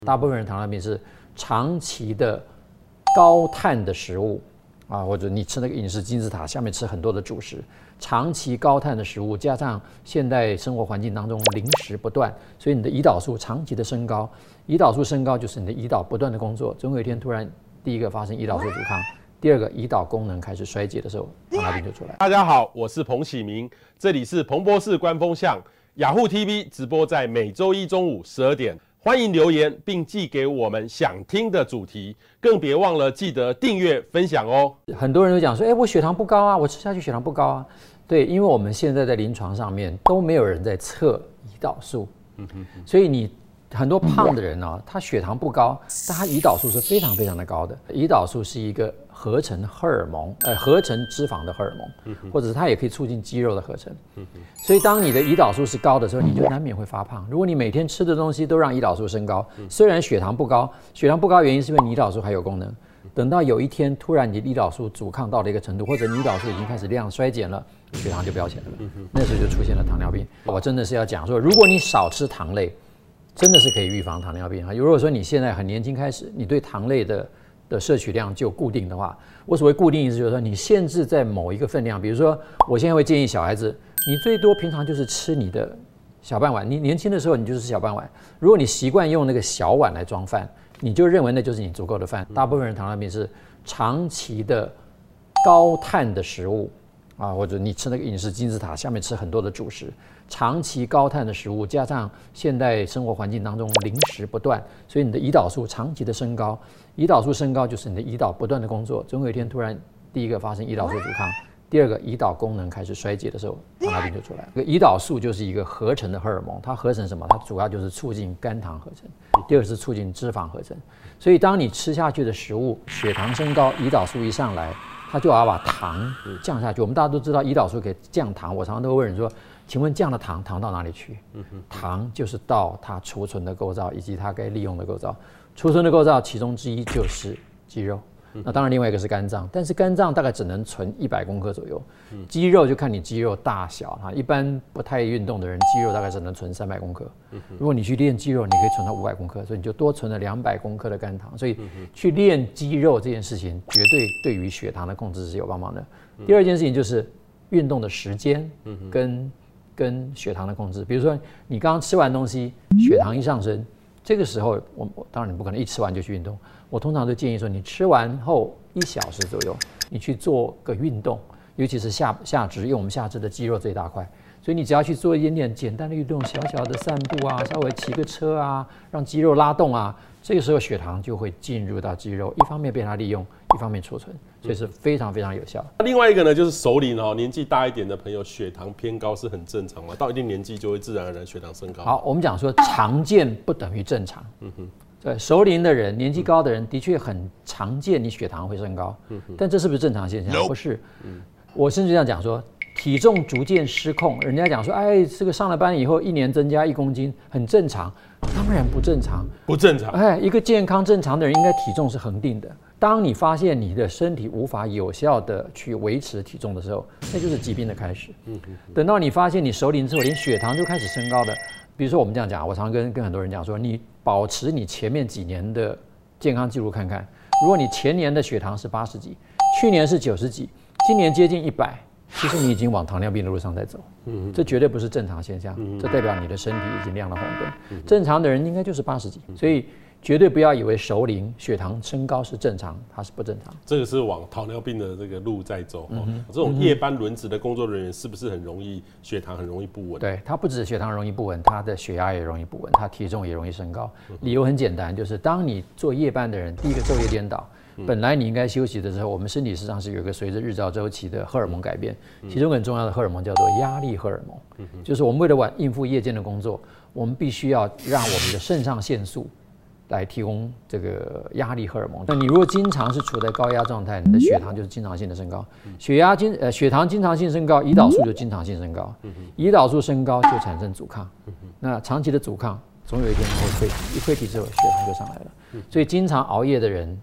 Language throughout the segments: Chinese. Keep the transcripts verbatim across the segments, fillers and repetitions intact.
大部分人糖尿病是长期的高碳的食物啊，或者你吃那个饮食金字塔下面吃很多的主食，长期高碳的食物，加上现代生活环境当中零食不断，所以你的胰岛素长期的升高，胰岛素升高就是你的胰岛不断的工作，总有一天突然第一个发生胰岛素阻抗，第二个胰岛功能开始衰竭的时候，糖尿病就出来。 大家好，我是彭启明，这里是彭博士官风向雅虎 T V 直播，在每周一中午十二点。欢迎留言，并寄给我们想听的主题，更别忘了记得订阅、分享哦。 很多人都讲说，哎，我血糖不高啊，我吃下去血糖不高啊。对，因为我们现在在临床上面都没有人在测胰岛素，嗯哼哼，所以你很多胖的人呢、啊，他血糖不高，但他胰岛素是非常非常的高的。胰岛素是一个合成荷尔蒙，呃，合成脂肪的荷尔蒙，或者是它也可以促进肌肉的合成。所以当你的胰岛素是高的时候，你就难免会发胖。如果你每天吃的东西都让胰岛素升高，虽然血糖不高，血糖不高原因是因为你胰岛素还有功能。等到有一天突然你的胰岛素阻抗到了一个程度，或者你胰岛素已经开始量衰减了，血糖就飙起来了，那时候就出现了糖尿病。我真的是要讲说，如果你少吃糖类，真的是可以预防糖尿病啊。如果说你现在很年轻开始，你对糖类的的摄取量就固定的话，我所谓固定意思就是说，你限制在某一个分量，比如说，我现在会建议小孩子，你最多平常就是吃你的小半碗，你年轻的时候你就是吃小半碗。如果你习惯用那个小碗来装饭，你就认为那就是你足够的饭。大部分人糖尿病是长期的高碳的食物啊，或者你吃那个饮食金字塔下面吃很多的主食，长期高碳的食物，加上现代生活环境当中零食不断，所以你的胰岛素长期的升高，胰岛素升高就是你的胰岛不断的工作，总有一天突然第一个发生胰岛素阻抗，第二个胰岛功能开始衰竭的时候，糖尿病就出来了。这个胰岛素就是一个合成的荷尔蒙，它合成什么？它主要就是促进肝糖合成，第二个是促进脂肪合成。所以当你吃下去的食物血糖升高，胰岛素一上来，它就要把糖降下去。我们大家都知道胰岛素可以降糖，我常常都会问人说，请问降了糖，糖到哪里去？糖就是到它储存的构造以及它该利用的构造。储存的构造其中之一就是肌肉。那当然，另外一个是肝脏，但是肝脏大概只能存一百公克左右，肌肉就看你肌肉大小哈。一般不太运动的人，肌肉大概只能存三百公克。如果你去练肌肉，你可以存到五百公克，所以你就多存了两百公克的肝糖。所以去练肌肉这件事情，绝对对于血糖的控制是有帮忙的。第二件事情就是运动的时间跟跟血糖的控制。比如说你刚刚吃完东西，血糖一上升，这个时候我我当然你不可能一吃完就去运动。我通常都建议说，你吃完后一小时左右，你去做个运动，尤其是下下肢，因为我们下肢的肌肉最大块，所以你只要去做一点点简单的运动，小小的散步啊，稍微骑个车啊，让肌肉拉动啊，这个时候血糖就会进入到肌肉，一方面被它利用，一方面储存，所以是非常非常有效。 另外一个呢，就是熟龄哦，年纪大一点的朋友，血糖偏高是很正常嘛，到一定年纪就会自然而然血糖升高。 好，我们讲说常见不等于正常。嗯哼。对，熟龄的人、年纪高的人，的确很常见，你血糖会升高，但这是不是正常现象？不是。我甚至这样讲说，体重逐渐失控，人家讲说，哎，这个上了班以后一年增加一公斤，很正常。当然不正常， 不正常。 哎，一个健康正常的人应该体重是恒定的。当你发现你的身体无法有效的去维持体重的时候，那就是疾病的开始。等到你发现你熟龄之后，连血糖就开始升高的。比如说我们这样讲，我常跟跟很多人讲说，你保持你前面几年的健康记录看看，如果你前年的血糖是八十几，去年是九十几，今年接近一百，其实你已经往糖尿病的路上在走，这绝对不是正常现象，这代表你的身体已经亮了红灯。正常的人应该就是八十几，所以绝对不要以为熟龄血糖升高是正常，它是不正常。 这个是往糖尿病的这个路在走。嗯、这种夜班轮值的工作人员是不是很容易血糖很容易不稳？ 对，他不止血糖容易不稳，他的血压也容易不稳，他体重也容易升高。理由很简单，就是当你做夜班的人，第一个昼夜颠倒，本来你应该休息的时候，我们身体实际上是有一个随着日照周期的荷尔蒙改变，其中很重要的荷尔蒙叫做压力荷尔蒙，就是我们为了完应付夜间的工作，我们必须要让我们的肾上腺素来提供这个压力荷尔蒙。那你如果经常是处在高压状态，你的血糖就是经常性的升高，血压经呃血糖经常性升高，胰岛素就经常性升高，胰岛素升高就产生阻抗，那长期的阻抗总有一天会溃堤，一溃堤之后血糖就上来了。所以经常熬夜的人，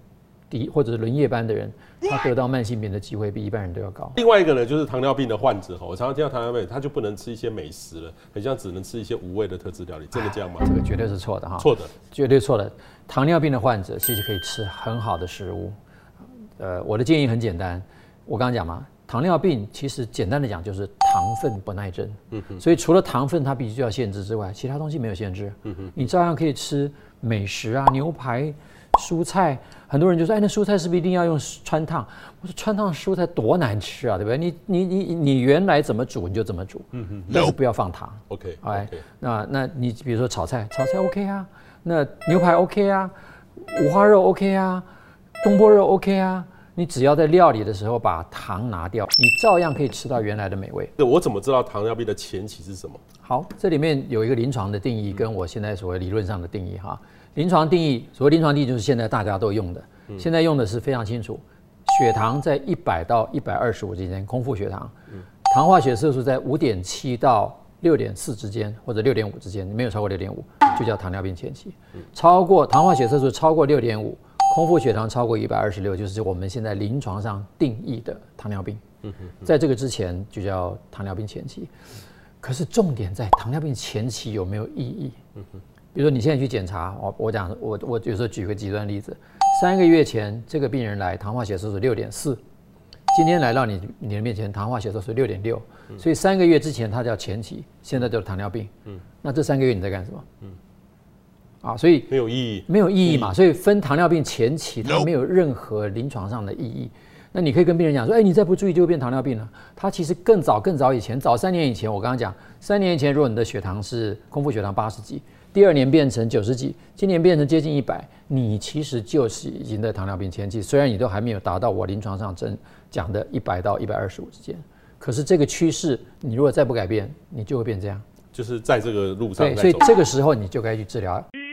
低或者是轮夜班的人，他得到慢性病的机会比一般人都要高。 另外一个呢，就是糖尿病的患者，我常常听到糖尿病，他就不能吃一些美食了，很像只能吃一些无味的特制料理，真的这样吗？ 这个绝对是错的哈， 错的， 绝对错的。糖尿病的患者其实可以吃很好的食物，呃，我的建议很简单，我刚刚讲嘛，糖尿病其实简单的讲就是糖分不耐症，嗯哼，所以除了糖分它必须要限制之外，其他东西没有限制，嗯哼，你照样可以吃美食啊，牛排、蔬菜。很多人就说，哎，那蔬菜是不是一定要用穿烫？我说穿烫蔬菜多难吃啊，对不对？你你你你原来怎么煮你就怎么煮，嗯哼，但是不要放糖。 OK， 哎，那那你比如说炒菜，炒菜 OK 啊，那牛排 OK 啊，五花肉 OK 啊，东坡肉 OK 啊。你只要在料理的时候把糖拿掉，你照样可以吃到原来的美味。 我怎么知道糖尿病的前期是什么？ 好，这里面有一个临床的定义，跟我现在所谓理论上的定义哈。临床定义，所谓临床定义就是现在大家都用的，嗯、现在用的是非常清楚，血糖在一百到一百二十五之间，空腹血糖，嗯、糖化血色素在五点七到六点四之间，或者六点五之间，没有超过六点五，就叫糖尿病前期。嗯、超过糖化血色素超过六点五。空腹血糖超过一百二十六，就是我们现在临床上定义的糖尿病。在这个之前就叫糖尿病前期。可是重点在糖尿病前期有没有意义？比如说你现在去检查，我我讲我我有时候举个极端例子，三个月前这个病人来，糖化血色素六点四，今天来到你你的面前，糖化血色素六点六，所以三个月之前它叫前期，现在叫糖尿病。那这三个月你在干什么？啊，所以没有意义， 没有意义嘛，所以分糖尿病前期，它没有任何临床上的意义。那你可以跟病人讲说，哎，你再不注意就会变糖尿病了。它其实更早更早以前，早三年以前，我刚刚讲，三年以前，如果你的血糖是空腹血糖八十几，第二年变成九十几，今年变成接近一百，你其实就是已经在糖尿病前期。虽然你都还没有达到我临床上真讲的一百到一百二十五之间，可是这个趋势，你如果再不改变，你就会变这样。 就是在这个路上。 对，所以这个时候你就该去治疗。